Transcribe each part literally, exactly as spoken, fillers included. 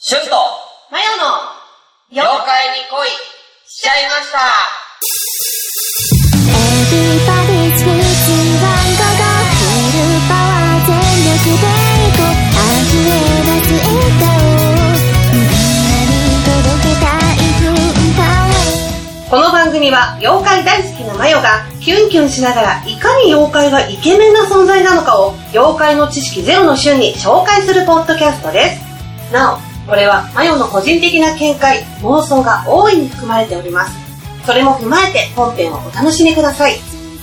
シュンとマヨの妖怪に恋しちゃいました。 Everybody's with you ワンゴゴフルパワー全力でいこう溢れ出す笑顔みんなに届けたい文化。 この番組は妖怪大好きなマヨがキュンキュンしながらいかに妖怪がイケメンな存在なのかを妖怪の知識ゼロの瞬に紹介するポッドキャストです。なおこれはマヨの個人的な見解、妄想が大いに含まれております。それも踏まえて本編をお楽しみください。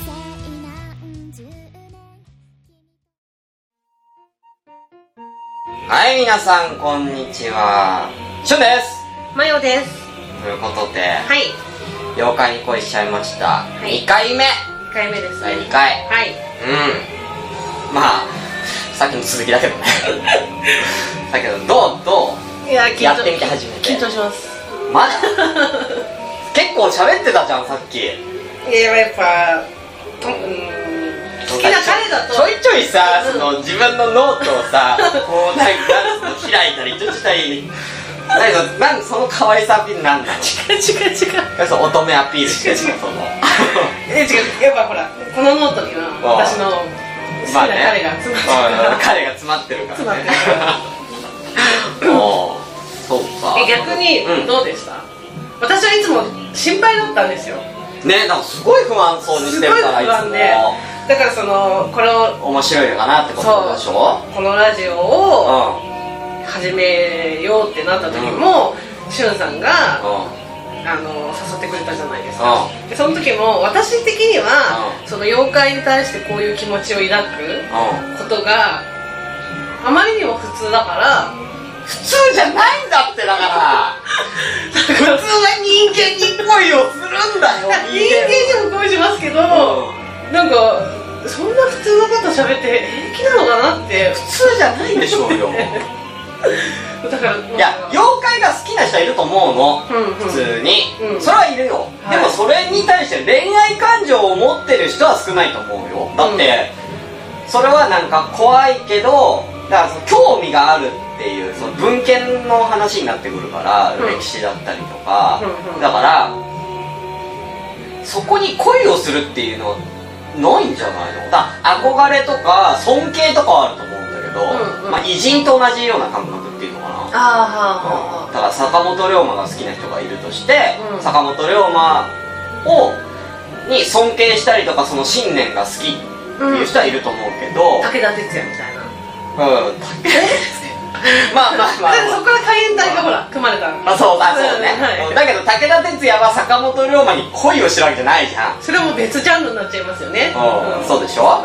はい、皆さんこんにちは。シュンです。 マヨです。 ということで、 はい。 妖怪に恋しちゃいました。 はい、 にかいめ。 にかいめですね。 だいにかい。 はい。 うん。まあさっきの続きだけどね。だけどどうどう。 いややってみて初めて緊張します。 まだ結構喋ってたじゃんさっき。いややっぱと、うん、好きな彼だとちょいちょいさ、 うん、 その自分のノートをさこうなんか開いたりちょっとしたりなんかなんかその可愛さアピールなんなの。 違う違う違う。 そう乙女アピールしてるのそのえ違うやっぱほらこのノートには私の好きな彼が詰まってるから、 まあね、彼が詰まってるからね。詰まってるからおーそうか。 え逆にどうでした、うん、私はいつも心配だったんですよね。なんかすごい不安そうにしてるから。 すごい不安でだからそのこれを面白いのかなってことでしょ。 このラジオを始めようってなった時も、うん、しゅんさんが、うん、あの誘ってくれたじゃないですか、うん、でその時も私的には、うん、その妖怪に対してこういう気持ちを抱くことがあまりにも普通だから普通じゃないんだって。だから普通は人間に恋をするんだよ。 人間にも恋しますけど、うん、なんかそんな普通のこと喋って平気なのかなって。 普通じゃないでしょうよ。 だからいや妖怪が好きな人はいると思うの、うんうん、普通に、うん、それはいるよ、はい、でもそれに対して恋愛感情を持ってる人は少ないと思うよ。だって、うん、それはなんか怖いけどだからその興味があるっていうその文献の話になってくるから、うん、歴史だったりとか、うんうん、だからそこに恋をするっていうのはないんじゃないの。だ憧れとか尊敬とかはあると思うんだけど、うんうん、まあ、偉人と同じような感覚っていうのかな。あ、うん、だから坂本龍馬が好きな人がいるとして、うん、坂本龍馬をに尊敬したりとかその信念が好きっていう人はいると思うけど、 うん、武田鉄矢みたいな。 うん、まあまあまあ、 だからそこから海援隊がほら組まれたの。 あ、そうだ、そうね、はい、だけど武田鉄矢は坂本龍馬に恋をしてるわけじゃないじゃん。 それはもう別ジャンルになっちゃいますよね。 うん、うん、そうでしょ。 はい。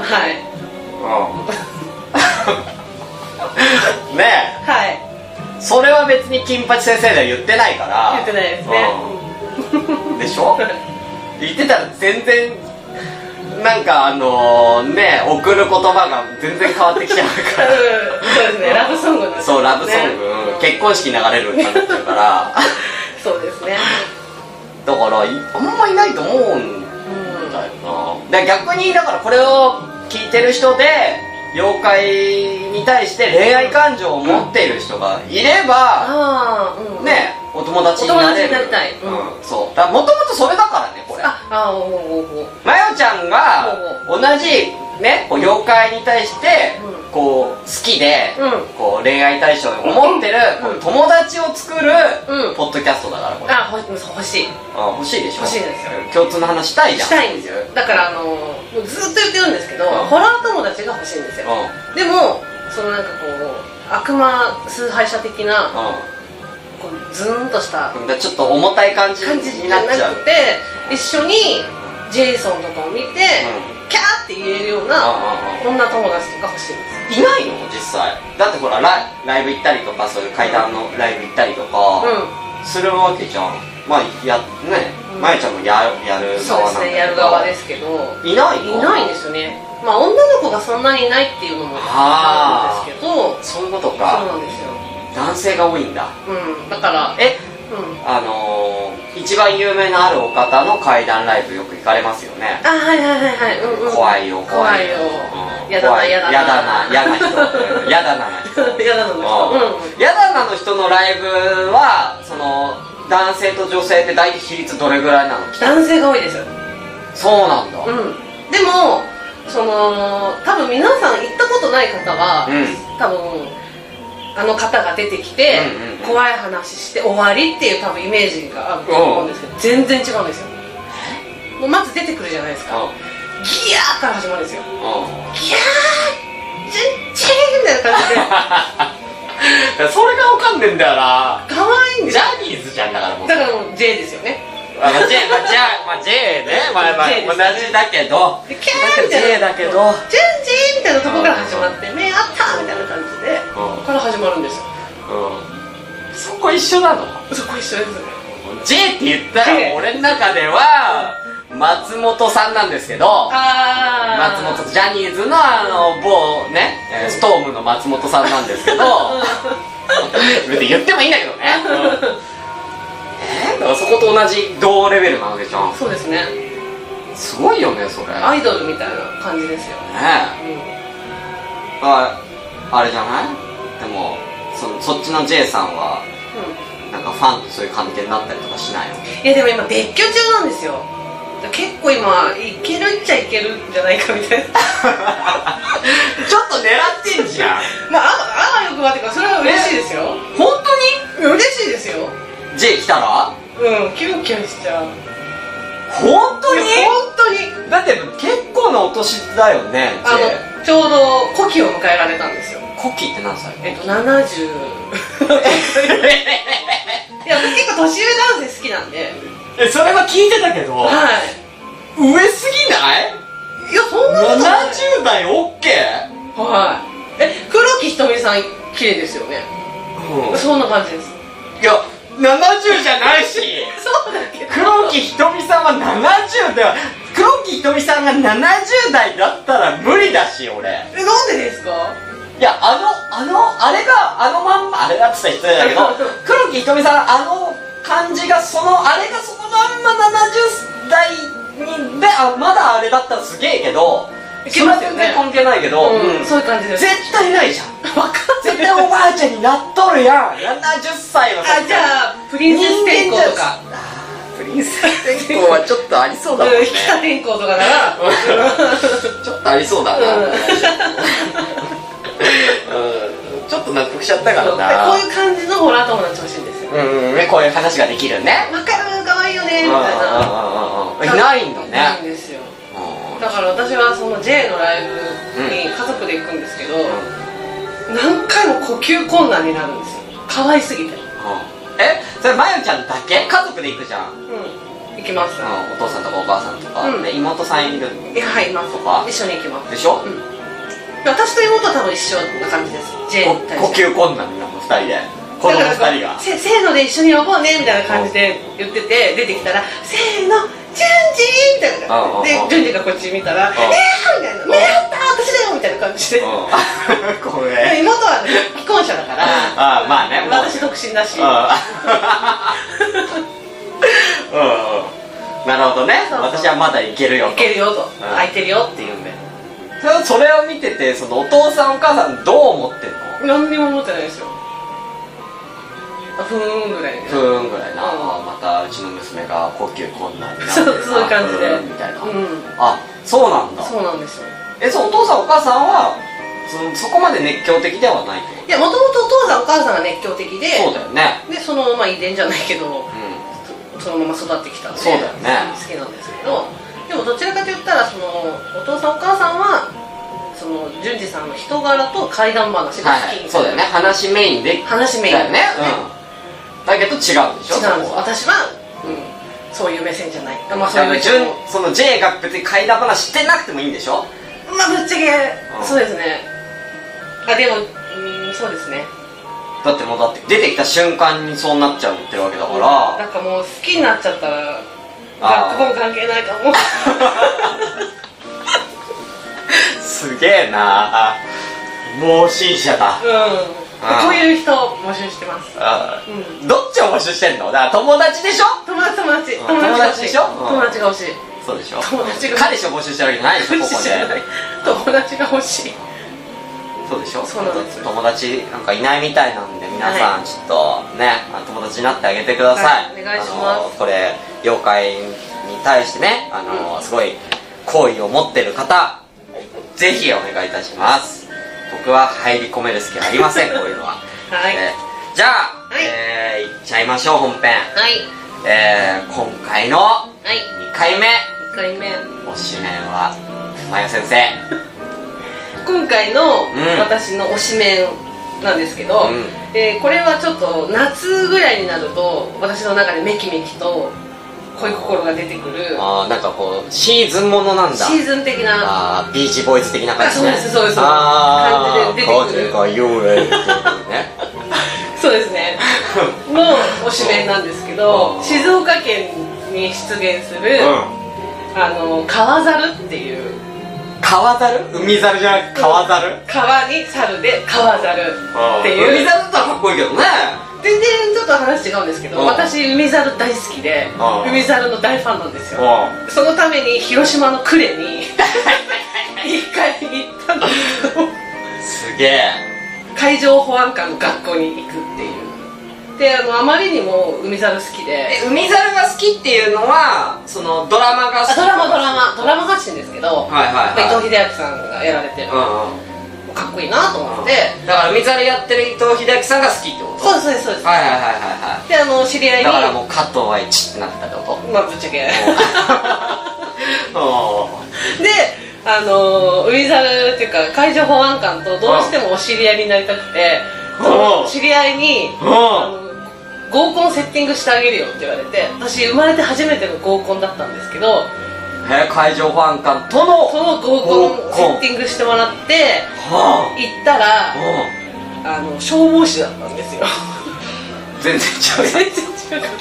うんねえ、 はい。 それは別に金八先生では言ってないから。 言ってないですね、 うん、でしょ。言ってたら全然なんかあのー、ね送る言葉が全然変わってきちゃうから。 うん、そうですね、ラブソングなんですね。 そう、ラブソング、うん、結婚式流れるってなっちゃうからそうですね。 だからあんまいないと思うんだよな、うん、で逆にだからこれを聞いてる人で妖怪に対して恋愛感情を持っている人がいれば、うん、ねお友達になれる。お友達になりたい、うん、そうだ、もともとそれだからねこれ。ああ、おおおまよちゃんが同じねこう妖怪に対してこう好きで、うん、こう恋愛対象に思ってる、うん、友達を作る、うん、ポッドキャストだからこれ。 あ、欲しい。 あ、欲しいでしょ。 欲しいですよ。 共通の話したいじゃん。 したいんですよ。だからあのー、ずっと言ってるんですけど、うん、ホラー友達が欲しいんですよ、うん、でもそのなんかこう悪魔崇拝者的な、うんこうズーンとしたちょっと重たい感じになっちゃう。 で一緒にジェイソンとかを見て、うん、キャーって言えるような女友達とか欲しいです。 いないの実際。だってほらライ、ライブ行ったりとかそういう怪談のライブ行ったりとか、うん、するわけじゃん。まあやね、うん、まゆちゃんもややる側なんだけど。そうですね、やる側ですけどいないの？ いないんですよね。まあ女の子がそんなにいないっていうのもあるんですけど。 そういうことか。 そうなんですよ。 男性が多いんだ。 うん、だからえ、うん、あのー、一番有名なあるお方の怪談ライブよく行かれますよね。 あ、はいはいはいはい、うんうん、 怖いよ怖いよ、 うん、 やだなやだなやだなやだな人やだなな人やだなの人、 やだなの人のライブはその男性と女性って大体比率どれぐらいなの？ 男性が多いですよ。 そうなんだ。 うん。でもその多分皆さん行ったことない方は、うん、多分あの方が出てきて、うんうんうん、怖い話して終わりっていう多分イメージがあると思うんですけど、全然違うんですよ。もうまず出てくるじゃないですか。ギヤーから始まるんですよ。ギヤーチンチンみたいな感じでそれが分かんねえんだよな。 可愛いんですよ。 ジャニーズじゃんだからもう。 だからもう J ですよね。 まあ J、まあ J、まあ J ね、まあまあ同じだけど、 キャーみたいな J だけど、 チンチンみたいなとこから始まって目あったみたいな感じでから始まるんですよ。 そこ一緒なの？ そこ一緒ですね。 J って言ったら俺の中では松本さんなんですけど、 あ松本ジャニーズのあの某ねストームの松本さんなんですけど言ってもいいんだけどね、うん、えー、だからそこと同じ同レベルなわけじゃん。 そうですね。 すごいよねそれ。 アイドルみたいな感じですよねえ、うん、あ, あれじゃない？でも そ, そっちの J さんは、うん、なんかファンとそういう関係になったりとかしないの？ いやでも今別居中なんですよ。結構今いけるっちゃいけるんじゃないかみたいなちょっと狙ってんじゃん。 まああわよくばってかそれは嬉しいですよ。 本当に嬉しいですよ。 J 来たらうんキュンキュンしちゃう。 本当に？ 本当にだって結構なお年だよね。 J あのちょうど古希を迎えられたんですよ。 古希って何歳？ えっとななじゅういや結構年上男性好きなんで。 えそれは聞いてたけど、 はい、 上すぎない？ いやそんなことない。 ななじゅう代 OK？ はい。え黒木瞳さん綺麗ですよね、うん、そんな感じです。 いやななじゅうじゃないしそうだけど黒木瞳さんはななじゅうでは黒木瞳さんがななじゅう代だったら無理だし俺。 えなんでですか？ いやあのあのあれがあのまんまあれだって言ったら失礼だけど黒木瞳さんあの感じがそのあれがそのまんまななじゅう代にであまだあれだったらすげえけど、それは全然関係ないけど、 うんうん、そういう感じです。 絶対ないじゃん。 分かって絶対おばあちゃんになっとるやん。ななじゅっさいはあじゃあプリンセス天功とか。 プリンセス天功はちょっとありそうだもんね。 北天功とかならちょっとありそうだな、うんうん、ちょっと納得しちゃったからな。 こういう感じのホラー友達欲しいんですよ。 うんうん、こういう話ができるね。 わかる、かわいいよねみたいな。 いないんだね。 ないんですよ。だから私はその J のライブに家族で行くんですけど、うん、何回も呼吸困難になるんですよ。可愛すぎて、うん、 え、それまゆちゃんだけ？家族で行くじゃん。 うん、行きます、うん、 お父さんとかお母さんとか、うん、妹さんいる？ いや、はい、います。 とか一緒に行きます。 でしょ、うん、 私と妹は多分一緒な感じです。 J に対して呼吸困難になるのふたりで、子供ふたりがせ, せーので一緒に呼ぼうねみたいな感じで言ってて、出てきたらせーのジュンジーみたいな感じで、ジュンジーがこっち見たらえーみたいな、目あった私だよみたいな感じでこれ妹は既婚者だからあまあね、 私独身だしなるほどね。私はまだいけるよと、 いけるよと、空いてるよって言うんで、 それを見てて、そのお父さんお母さんどう思ってんの？ 何にも思ってないですよ。ふーんぐらいで、 ふーんぐらいな、うん、またうちの娘が呼吸困難になってそうそういう感じでみたいな、 うん、 あ、そうなんだ。 そうなんですよ。 え、そう、お父さんお母さんはそ, そこまで熱狂的ではないと？ いや、もともとお父さんお母さんが熱狂的で、 そうだよね。 で、そのまま遺伝じゃないけど、うん、そのまま育ってきたんで、 そうだよね、 好きなんですけど、でもどちらかといったらそのお父さんお母さんはその淳二さんの人柄と怪談話が好きみたいな、はいはい、そうだよね、話メインで話メインだよね、うん、だけど違うでしょ。 違うんです。私は、うん、そういう目線じゃない。まあそういうその J が別に怪談話してなくてもいいんでしょ。 まあぶっちゃけ、うん、そうですね。あ、でも、うん、そうですね。 だってもうだって出てきた瞬間にそうなっちゃうってわけだから、 うん、なんかもう好きになっちゃったら学校関係ないかもすげえな、もう新者だ。 うん、こういう人を募集してます。 あ、うん、どっちを募集してんの？だから友達でしょ。 友達友達友達でしょ。 友達が欲しい。 そうでしょ。 友達が彼氏を募集してるわけじゃないでしょ、ここで。 友達が欲しい。 そうでしょ。 そうなんです。 友達なんかいないみたいなんで、皆さんちょっとね、友達になってあげてください。 はい、お願いします。 これ妖怪に対してね、あの、うん、すごい好意を持ってる方、ぜひお願いいたします。僕は入り込める隙はありません、こういうのは。 はい。 えー、じゃあ、はい、えー、いっちゃいましょう、本編。 はい。 えー、今回のにかいめ、 にかいめおしめんはまよ先生。 今回の私の推しメンなんですけど、うん、えー、これはちょっと夏ぐらいになると私の中でメキメキと恋心が出てくる。 ああ、なんかこうシーズンものなんだ。 シーズン的な、 ああ、ビーチボーイズ的な感じね。 そうですそうです。 あ感じで出てくる。 風が言うね。 そうですね。の推しメンなんですけど、静岡県に出現する、うん、あの川猿っていう。 川猿？海猿じゃなくて川猿？ 川に猿で川猿っていう。 海猿だったらかっこいいけどね。 全然ちょっと話違うんですけど、私海猿大好きで海猿の大ファンなんですよ。そのために広島の呉に一回行ったんですけど、 すげえ。 海上保安官の学校に行くっていう。で、あのあまりにも海猿好きで。 え、海猿が好きっていうのはそのドラマが好き？ ドラマドラマドラマ発信ですけど、 はいはいはい、 伊藤英明さんがやられてる、うんうん、かっこいいなと思って、 だから海猿やってる伊藤英明さんが好きってこと？ そうですそうですそうです。 はいはいはいはいはい。 で、あの知り合いに、 だからもう加藤愛知ってなってたってこと？ まあぶっちゃけで、あの海猿っていうか海上保安官とどうしてもお知り合いになりたくて、知り合いにあの合コンセッティングしてあげるよって言われて、私生まれて初めての合コンだったんですけど、 えー、海上保安官とのとの合コンセッティングしてもらって、はあ、行ったら、はあ、あの消防士だったんですよ。 全然違う。 全然違かった。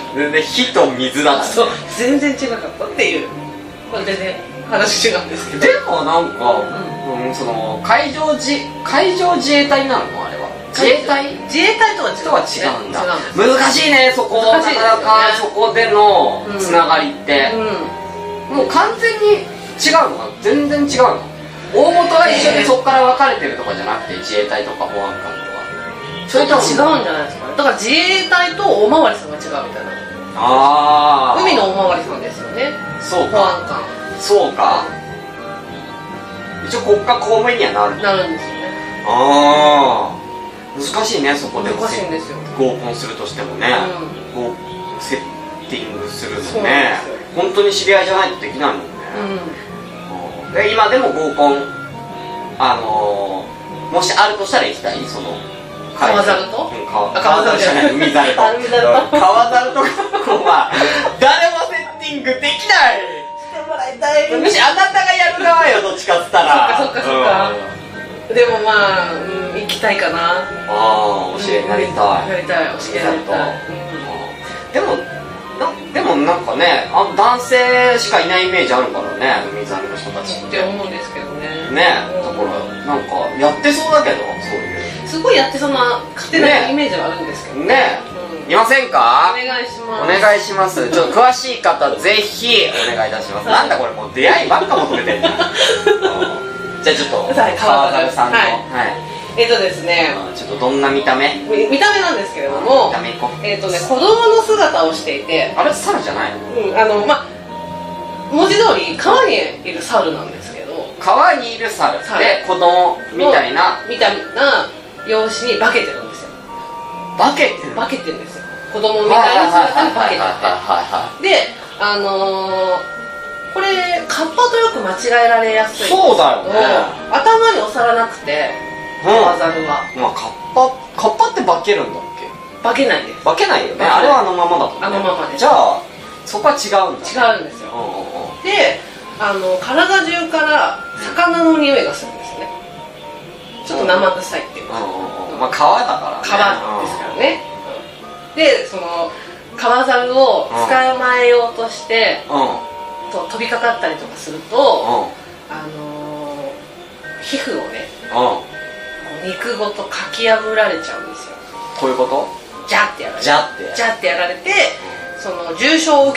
全然火と水だった、ね、 そう、全然違かったっていう。これでね、話違うんですけど。 でもなんか、うんうん、その海上自海上自衛隊なのあれは。自衛隊自衛隊とは違うんだ。難しいね、そこ。なかなかそこでのつながりって、うん、もう完全に違うのか全然違うの。大元が一緒でそこから分かれてるとかじゃなくて、自衛隊とか保安官とかそれとは違うんじゃないですかね。だから自衛隊とおまわりさんが違うみたいな。 ああ、 海のおまわりさんですよね。 そうか、 保安官。 そうか、一応国家公務員にはなるなるんですよね。 ああ、難しいね、そこで難しいんですよ。 合コンするとしてもね、うん、セッティングするのね、本当に知り合いじゃないとできないもんね、うん、で今でも合コン、あのー、もしあるとしたら行きたい？その川猿と？ うん、川猿じゃない、海猿と川猿とかは誰もセッティングできない。 してもらいたい。 むしろあなたがやる側よ、どっちかっつったら。 そっかそっかそっか、うん、でもまあ、うん、行きたいかな。 ああ、教えになりたい。 なりたい、教えになりたい。 でもな、でもなんかね、あ、男性しかいないイメージあるからね、海猿の人たちって思うんですけどね。 ね、だからなんかやってそうだけど、そういうすごいやってそうな勝手なイメージはあるんですけどね。 いませんか？ お願いします。 お願いします。ちょっと詳しい方ぜひお願いいたします。なんだこれ、もう出会いばっか求めてんじゃん。じゃあちょっと川猿さんの、 えっとですね、 ちょっとどんな見た目？ 見た目なんですけれども、えっとね、子供の姿をしていて、 あれ猿じゃないの？ うん、あのま文字通り川にいる猿なんですけど、 川にいる猿で子供みたいなみたいな容姿に化けてるんですよ。 化けてる？ 化けてるんですよ。子供みたいな姿に化けてて、で、あのー、これカッパとよく間違えられやすいんですけど、 そうだよね、 頭にお皿なくて、川猿は、 まあカッパカッパって化けるんだっけ？ 化けないです。 化けないよね。あれはあのままだと、ね、 あのままです。 じゃあそこは違うんだ。 違うんですよ。で、あの体中から魚の匂いがするんですね。ちょっと生臭いっていうか、 まあ川だからね。 川ですからね。で、その川猿を捕まえようとして、うん、と飛びかかったりとかすると、うん、あのー、皮膚をね、うん、肉ごとかき破られちゃうんですよ。 こういうこと？ ジャってやられて、 ジャってジャってやられて、その重傷を受けちゃうんですよ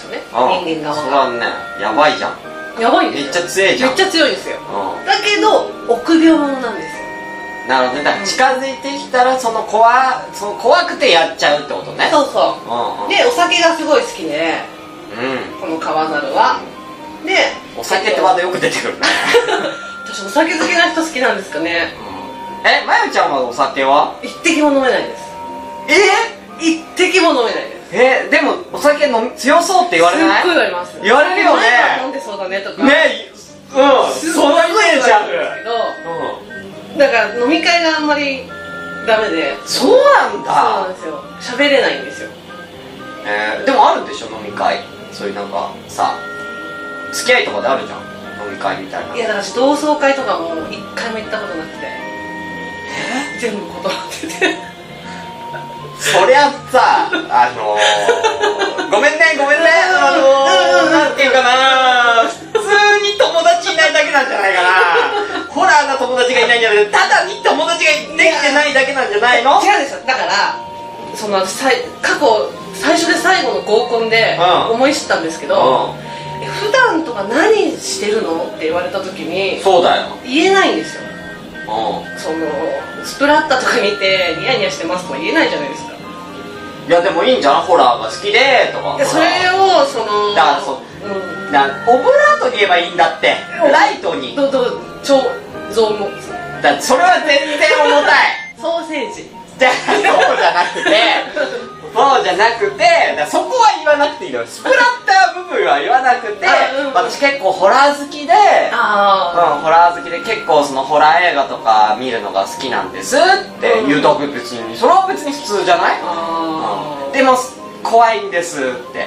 よね、 うん、 人間側それはねやばいじゃん。 やばいんですよ。 めっちゃ強いじゃん。 めっちゃ強いですよ、 うん、 だけど臆病者なんですよ。 なるほどね。だから近づいてきたらその怖その怖くてやっちゃうってことね。 そうそう、 うんうん、 でお酒がすごい好きで、 うん、 この川猿はでお酒ってワードよく出てくるね私お酒好きな人好きなんですかね、 うん、え、まゆちゃんはお酒は一滴も飲めないです。 え一滴も飲めないです。 えでもお酒飲み強そうって言われない？ すっごい言われます。 言われるよね。 前から飲んでそうだねとかねえ、うん、そのイメージある。 うん、だから飲み会があんまりダメで。 そうなんだ。 そうなんですよ、喋れないんですよ。 えー、でもあるでしょ飲み会。そういうなんかさ付き合いとかであるじゃん飲み会みたいな。 いやだから同窓会とかも一回も行ったことなくて、え全部断っててそりゃさ、あのー、ごめんねごめんね、あのー、なんていうかな、普通に友達いないだけなんじゃないかな。ホラーな友達がいないんじゃなくて、ただに友達ができてないだけなんじゃないの？ 違うんですよ。だからそのさい過去最初で最後の合コンで思い知ったんですけど、うん、普段とか何してるのって言われた時にそうだよ言えないんですよ。 うん、 そのスプラッタとか見てニヤニヤしてますとは言えないじゃないですか。 いやでもいいんじゃん、ホラーが好きでとか。 いやそれをそのだからそ、うん、だオブラートに言えばいいんだって、ライトにどど超増もだそれは全然重たいソーセージじゃそうじゃなくてそうじゃなくて、だそこは言わなくていいの。スプラッター部分は言わなくて、うん、私結構ホラー好きで、あ、うん、ホラー好きで結構そのホラー映画とか見るのが好きなんですって言うと別に、それは別に普通じゃない？あ、うん、でも怖いんですって、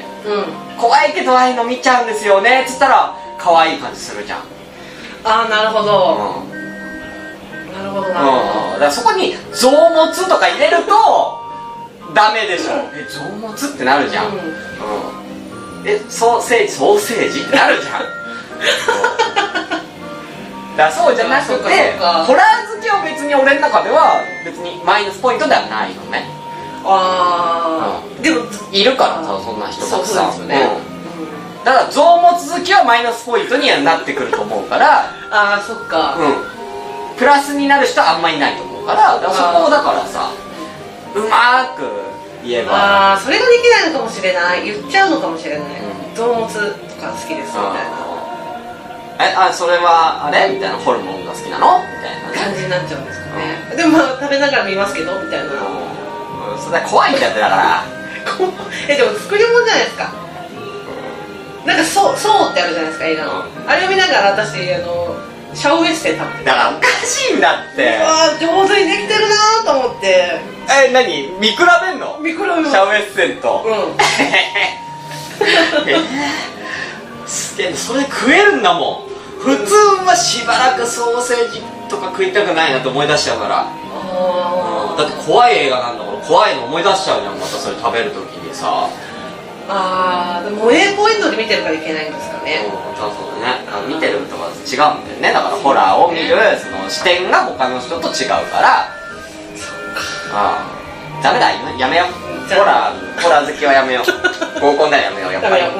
うん、怖いけどああいうの見ちゃうんですよねっつったら可愛い感じするじゃん。 ああなるほど、うん、なるほどなるほど、 うん、だからそこに臓物とか入れるとダメでしょ、うん、え、臓物ってなるじゃん、うんうん、え、ソーセージ、ソーセージってなるじゃんだからそうじゃなくて、ホラー好きは別に俺の中では別にマイナスポイントではないのね。 ああ、うん、でもいるからさ、そんな人たくさん。 そうですよね、 うん、だから臓物好きはマイナスポイントにはなってくると思うからああ、そっか、 うん、プラスになる人はあんまりいないと思うから、だからそこをだからさうまーく言えば、 ああ、それができないのかもしれない、言っちゃうのかもしれない、うん、臓物とか好きですみたいな、 え、あ、それはあれみたいな、ホルモンが好きなのみたいな、ね、 感じになっちゃうんですかね、うん、でもまあ食べながら見ますけどみたいな、 うん、それは怖いんだって。だからえ、でも作り物じゃないですか、うん、なんかそう、そうってあるじゃないですか映画の、うん、あれを見ながら私あのシャウエッセン食べてだからおかしいんだって。 ああ、上手にできてるなと思って。 え、何見比べんの？ 見比べます。 シャウエッセンと、うん、えー、すげえ、それ食えるんだもん。普通はしばらくソーセージとか食いたくないなって思い出しちゃうから、うん、だって怖い映画なんだから怖いの思い出しちゃうじゃん、またそれ食べるときにさ。 ああ、でも A ポイントで見てるからいけないんですかね。 うん、そうそうだね、見てるとか違うんだよね。だからホラーを見るその視点が他の人と違うから、そっか、ああ、ダメだ、やめよう、ホラーホラー好きはやめよう合コンならやめよう、やっぱり、うん、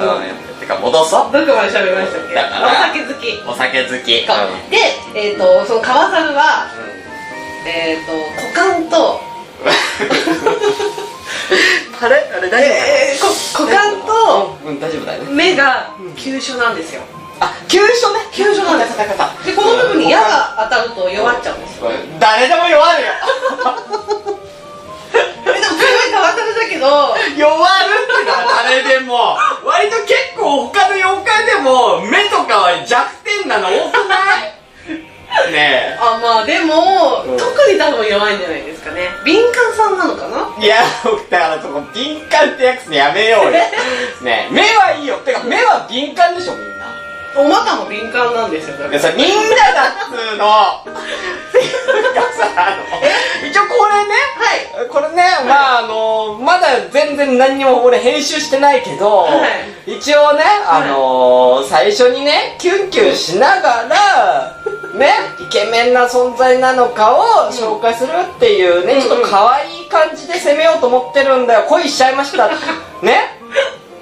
てか戻そう。 どこまで喋りましたっけ？だからお酒好き、 お酒好き、うん、 で、えーと、その川猿は、うん、えーと、股間とあれあれ大丈夫かな、 えー、股間と、 うん、大丈夫だよね、 目が急所なんですよ。 あ、急所ね、急所なんです。 で、この部分に矢が当たると弱っちゃうんですよ。 誰でも弱るよえ、でもすごい川猿だけど弱るってのは誰でも割と結構他の妖怪でも目とかは弱点なの多くないねえ。 あ、まあでも、うん、特に多分弱いんじゃないですかね。敏感さんなのかな。 いや、だからそこ敏感ってやつやめようよねえ、目はいいよ。てか目は敏感でしょ、みんな。 お股も敏感なんですよ。だからそれみんなだっつーのっていうかさ、あの一応これね、はい、これね、まああのまだ全然何にも俺編集してないけど、はい、一応ね、あのーはい、最初にねキュンキュンしながらね、イケメンな存在なのかを紹介するっていうね、うん、ちょっと可愛い感じで攻めようと思ってるんだよ。恋しちゃいましたね。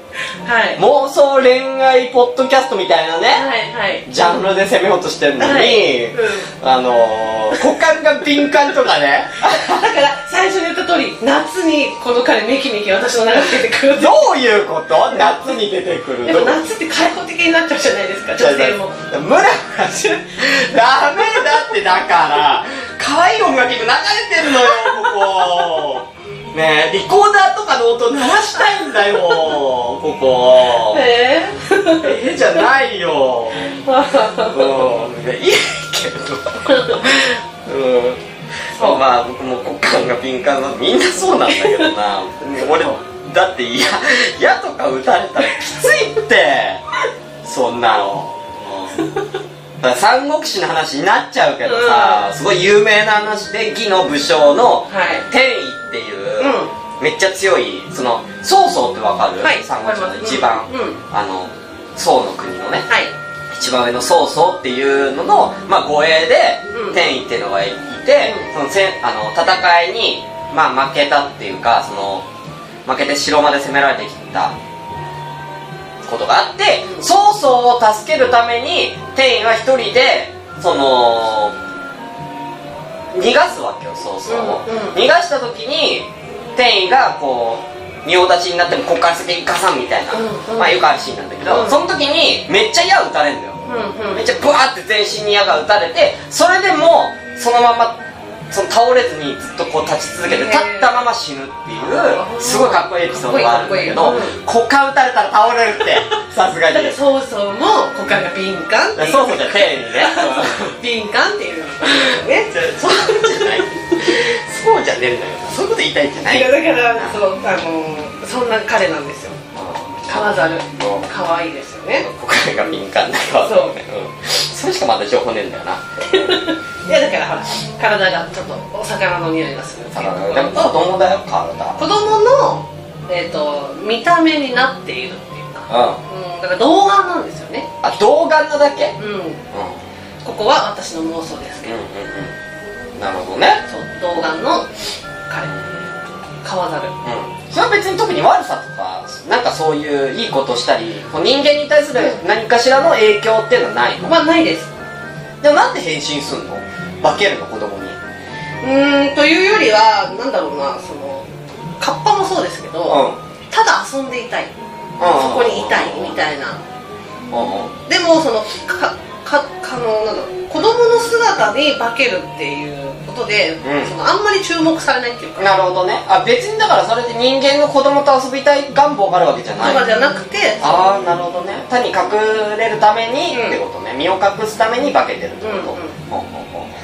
はい、 妄想恋愛ポッドキャストみたいなね、 はいはい、 ジャンルで攻めようとしてるのに、はいうん、あのー、股間が敏感とかねだから最初に言った通り夏にこの彼メキメキ私の中で出てくるどういうこと夏に出てくるやっぱ夏って開放的になっちゃうじゃないですか女性もムラムラしダメだってだから可愛い音楽今流れてるのよここねえリコーダーとかの音鳴らしたいんだよここえー、えー、じゃないようんいいけどうんそうまあ僕も股間が敏感なのみんなそうなんだけどな俺だって嫌嫌とか打たれたらきついってそんなの、うん、だから三国志の話になっちゃうけどさ、うん、すごい有名な話で魏の武将の天衣っていう、はい、めっちゃ強いその曹操ってわかる、はい、三国志の一番、うん、あの宋の国のね、はい、一番上の曹操っていうのの、まあ、護衛で、うん、天衣っていうのがいて、うん、そのせあの戦いに、まあ、負けたっていうかその負けて城まで攻められてきたことがあって曹操を助けるために天衣は一人でその逃がすわけよ曹操を、うんうん、逃がした時に天衣がこう仁王立ちになってもこっから先行かさんみたいな、うんうん、まあよくあるシーンなんだけど、うん、その時にめっちゃ矢撃たれるんだよ、うんうん、めっちゃブワーって全身に矢が撃たれてそれでもそのままその倒れずにずっとこう立ち続けて立ったまま死ぬっていうすごいかっこいいエピソードがあるんだけど股間打たれたら倒れるってさすがにだって曹操も股間が敏感っていうそうそうじゃ丁寧にね敏感っていうねそうじゃないそうじゃねえんだよそういうこと言いたいんじゃないいやだからそのあのそんな彼なんですよ川猿可愛いですよね股間が敏感だからそう、うん、それしかまだ情報ねえんだよないやだからほら体がちょっとお魚の匂いがするっていうところとでも子供だよ体子供の、えー、と見た目になっているっていうか、うんうん、だから童顔なんですよねあ童顔なだけうん、うん、 ここは私の妄想ですけど、うんうんうん、なるほどねそう童顔の彼川猿、うん、 それは別に特に悪さとかなんかそういういいことしたり人間に対する何かしらの影響っていうのはないの、 まあないですでもなんで変身すんの化けるの子供にうーんというよりはなんだろうなそのカッパもそうですけど、うん、ただ遊んでいたい、うん、そこにいたいみたいな、うん、でもそのかかかのなんだ子供の姿に化けるっていうことで、うん、そのあんまり注目されないっていうかなるほどねあ別にだからそれで人間の子供と遊びたい願望があるわけじゃないとかじゃなくてああなるほどね単に隠れるために、うん、ってことね身を隠すために化けてるってこと、うんうん、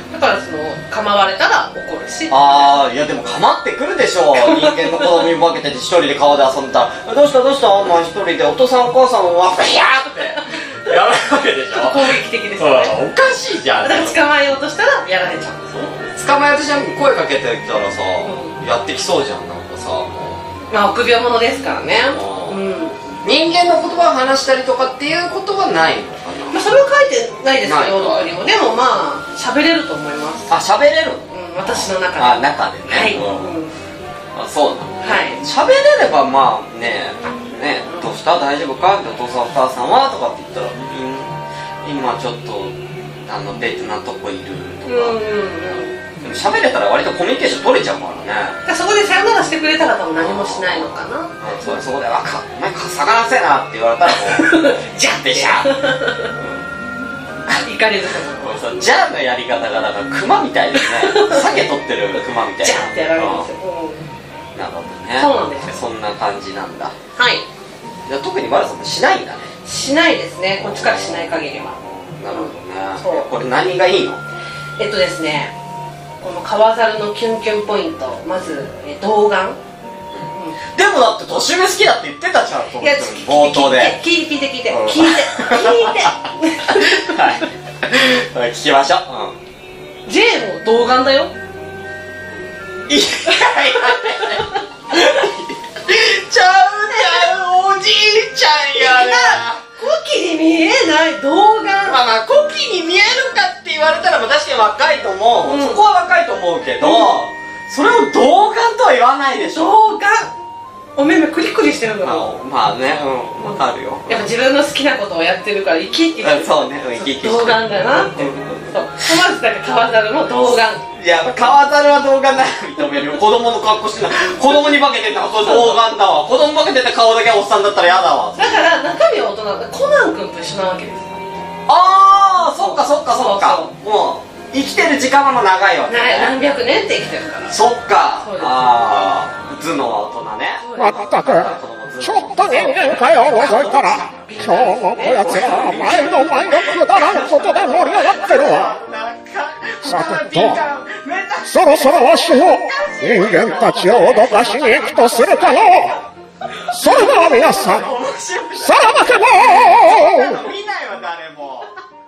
だからその構われたら怒るしああいやでも構ってくるでしょ人間の子供に化けてて一人で川で遊んだらどうしたどうしたお前一人でお父さんお母さんはヒャーってやられるわけでしょ攻撃的ですよねおかしいじゃんだから捕まえようとしたらやられちゃうんですよ捕まえようとしたら声かけてきたらさ、うん、やってきそうじゃんなんかさもうまあ臆病者ですからね、うん、 人間の言葉を話したりとかっていうことはないのかな、 まあ、それは書いてないですけどどこにもでもまあ喋れると思いますあ喋れる、 うん、私の中であ中でねはい、 うんあそうなんだ、 はい、 喋れればまあねねどうした大丈夫かってお父さんお母さんはとかって言ったら、うん、今ちょっとあの別なとこいるとか、うんうんうん、でも喋れたら割とコミュニケーション取れちゃうからねそこでさよならしてくれたら多分何もしないのかな、うん、 そうそこで「わかお前魚せえな」って言われたらもう「じゃん」でしゃいかれると思うじゃんのやり方がだからクマみたいですね鮭取ってるクマみたいなじゃんってやられるんですよ、うんなるほどねそうなんですよそんな感じなんだはいじゃ特に悪さもしないんだねしないですねこっちからしない限りはなるほどねそうこれ何がいいのえっとですねこの川猿のキュンキュンポイントまず童顔、うん、 でもだって年上好きだって言ってたじゃんいや冒頭で聞いて聞いて聞いて聞いて聞いてはい聞きましょう、 うん、J も童顔だよいやいやちゃうちゃうおじいちゃんやなコキに見えない童顔まあまあコキに見えるかって言われたら確かに若いと思う、うん、そこは若いと思うけど、うん、それを童顔とは言わないでしょ童顔お目目クリクリしてるのもまあね、うん、わかるよ。 やっぱ自分の好きなことをやってるから生き生きしてる。 そうね、生き生きしてる。 童顔だなって。そう。小松だけ川猿も童顔。 いや、川猿は童顔なら認めるよ。子供の格好してない。子供に化けてたらそれ童顔だわ。子供化けてた顔だけおっさんだったら嫌だわ。 だから中身は大人だ。コナン君と一緒なわけです。 あー、そっかそっかそっか。もう生きてる時間はもう長いわけね。 何百年って生きてるから。 そっか。あー、頭脳は大人ね。 まったくちょっと人間界を覗いたら今日もこやつら前の前のくだらんことで盛り上がってるわ。さてとそろそろわしも人間たちを脅かしに行くとするかの。それでは皆さんさらばけぼー。 見ないわ誰も。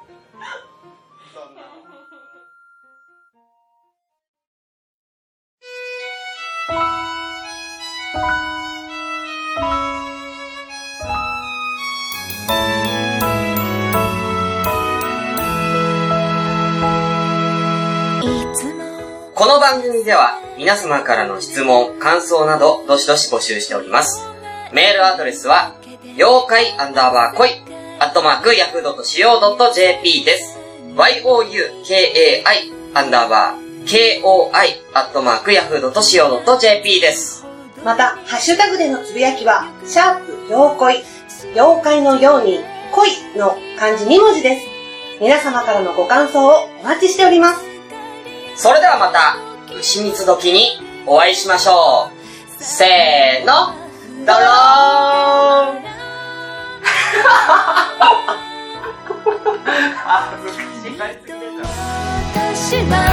この番組では皆様からの質問、感想などどしどし募集しております。メールアドレスは妖怪アンダーバー恋アットマークヤフードットシーオードットジェーピー です。ワイオーユーケーエーアイ アンダーバー ケーオーアイ アットマークヤフードットシーオードットジェーピー です。 またハッシュタグでのつぶやきはシャープ妖怪、妖怪のように恋の漢字に文字です。皆様からのご感想をお待ちしております。 それではまた牛蜜時にお会いしましょう。せーの、ドローン。恥ずかしい。